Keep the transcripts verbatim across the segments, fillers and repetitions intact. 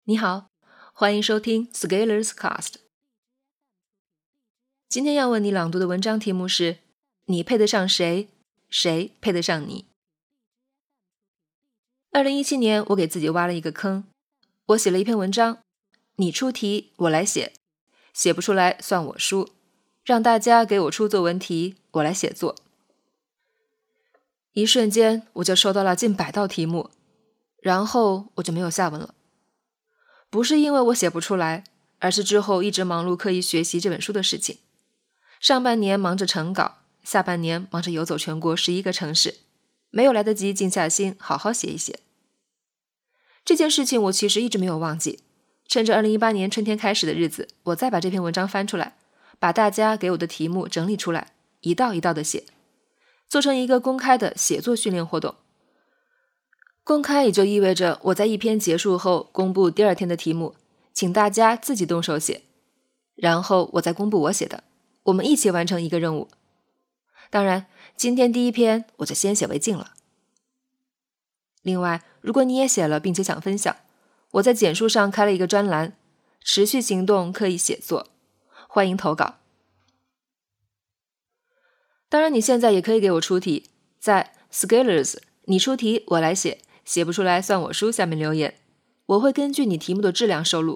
你好，欢迎收听 Scalers Cast。 今天要为你朗读的文章题目是你配得上谁，谁配得上你。二零一七年我给自己挖了一个坑，我写了一篇文章，你出题我来写，写不出来算我输，让大家给我出作文题，我来写作。一瞬间我就收到了近百道题目，然后我就没有下文了。不是因为我写不出来，而是之后一直忙碌刻意学习这本书的事情。上半年忙着成稿，下半年忙着游走全国十一个城市，没有来得及静下心好好写一写。这件事情我其实一直没有忘记，趁着二零一八年春天开始的日子，我再把这篇文章翻出来，把大家给我的题目整理出来，一道一道的写，做成一个公开的写作训练活动。公开也就意味着我在一篇结束后公布第二天的题目，请大家自己动手写，然后我再公布我写的，我们一起完成一个任务。当然，今天第一篇我就先写为敬了。另外，如果你也写了并且想分享，我在简书上开了一个专栏，持续行动刻意写作，欢迎投稿。当然，你现在也可以给我出题，在 Scalers 你出题我来写，写不出来算我输下面留言，我会根据你题目的质量收录。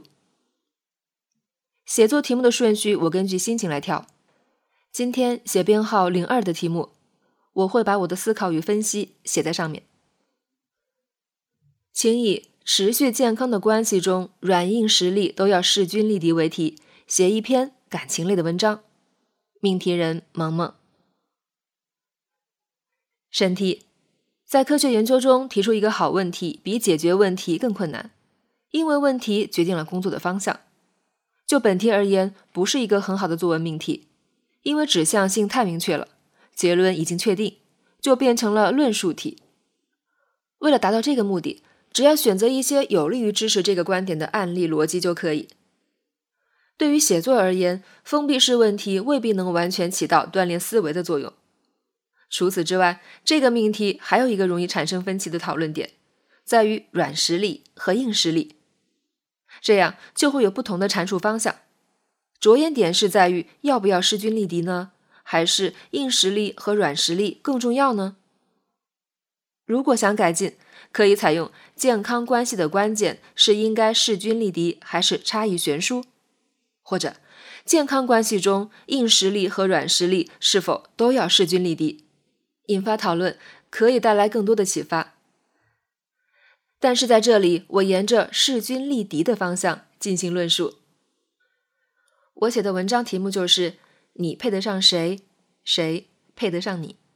写作题目的顺序我根据心情来跳，今天写编号零二的题目，我会把我的思考与分析写在上面。请以持续健康的关系中软硬实力都要势均力敌为题，写一篇感情类的文章。命题人萌萌。审题，在科学研究中提出一个好问题比解决问题更困难，因为问题决定了工作的方向。就本题而言，不是一个很好的作文命题，因为指向性太明确了，结论已经确定，就变成了论述题。为了达到这个目的，只要选择一些有利于支持这个观点的案例逻辑就可以。对于写作而言，封闭式问题未必能完全起到锻炼思维的作用。除此之外，这个命题还有一个容易产生分歧的讨论点，在于软实力和硬实力，这样就会有不同的阐述方向。着眼点是在于要不要势均力敌呢，还是硬实力和软实力更重要呢？如果想改进，可以采用健康关系的关键是应该势均力敌还是差异悬殊，或者健康关系中硬实力和软实力是否都要势均力敌，引发讨论，可以带来更多的启发。但是在这里，我沿着势均力敌的方向进行论述。我写的文章题目就是你配得上谁，谁配得上你。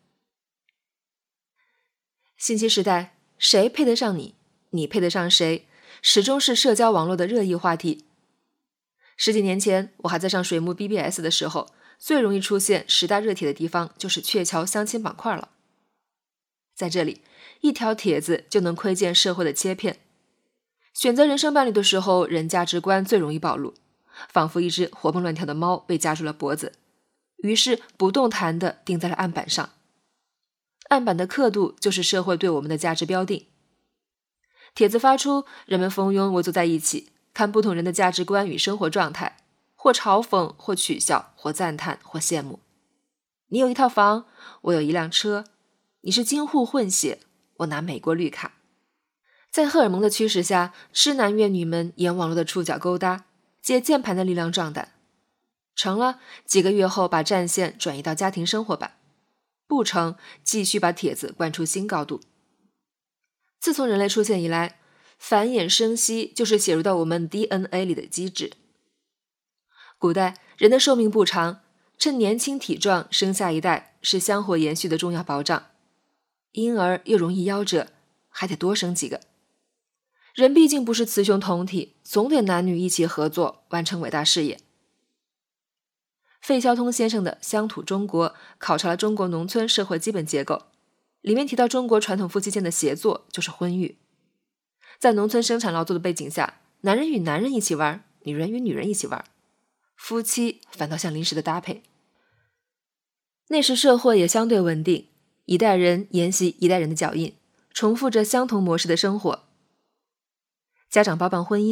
信息时代，谁配得上你，你配得上谁，始终是社交网络的热议话题。十几年前，我还在上水木 B B S 的时候，最容易出现十大热帖的地方就是鹊桥相亲板块了。在这里，一条帖子就能窥见社会的切片。选择人生伴侣的时候，人价值观最容易暴露，仿佛一只活蹦乱跳的猫被夹住了脖子，于是不动弹地钉在了案板上。案板的刻度就是社会对我们的价值标定。帖子发出，人们蜂拥围坐在一起，看不同人的价值观与生活状态，或嘲讽，或取笑，或赞叹，或羡慕。你有一套房，我有一辆车，你是京沪混血，我拿美国绿卡。在荷尔蒙的驱使下，痴男怨女们沿网络的触角勾搭，借键盘的力量壮胆。成了，几个月后把战线转移到家庭生活版，不成，继续把帖子灌出新高度。自从人类出现以来，繁衍生息就是写入到我们 D N A 里的机制。古代人的寿命不长，趁年轻体壮生下一代是香火延续的重要保障。婴儿又容易夭折，还得多生几个。人毕竟不是雌雄同体，总得男女一起合作，完成伟大事业。费孝通先生的《乡土中国》考察了中国农村社会基本结构，里面提到中国传统夫妻间的协作就是婚育。在农村生产劳作的背景下，男人与男人一起玩，女人与女人一起玩，夫妻反倒像临时的搭配。那时社会也相对稳定，一代人沿袭一代人的脚印，重复着相同模式的生活。家长包办婚姻，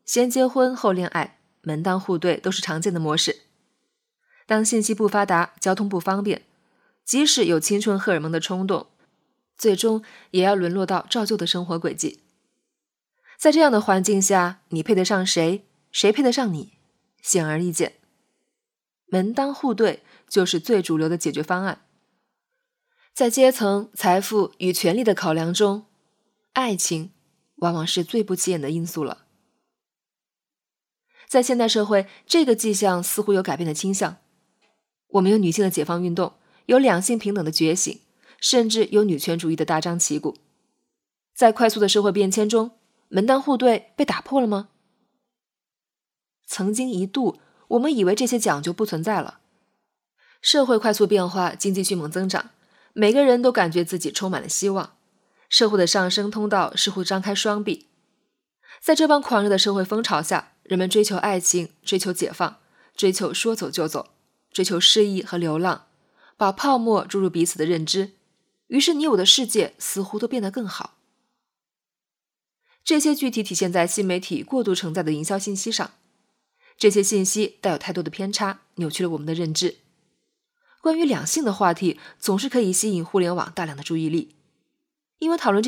先结婚后恋爱，门当户对都是常见的模式。当信息不发达，交通不方便，即使有青春荷尔蒙的冲动，最终也要沦落到照旧的生活轨迹。在这样的环境下，你配得上谁，谁配得上你，显而易见。门当户对就是最主流的解决方案。在阶层、财富与权力的考量中，爱情往往是最不起眼的因素了。在现代社会，这个迹象似乎有改变的倾向。我们有女性的解放运动，有两性平等的觉醒，甚至有女权主义的大张旗鼓。在快速的社会变迁中，门当户对被打破了吗？曾经一度，我们以为这些讲究不存在了。社会快速变化，经济迅猛增长，每个人都感觉自己充满了希望，社会的上升通道似乎张开双臂。在这帮狂热的社会风潮下，人们追求爱情，追求解放，追求说走就走，追求诗意和流浪，把泡沫注入彼此的认知，于是你我的世界似乎都变得更好。这些具体体现在新媒体过度承载的营销信息上，这些信息带有太多的偏差，扭曲了我们的认知。关于两性的话题总是可以吸引互联网大量的注意力，因为讨论这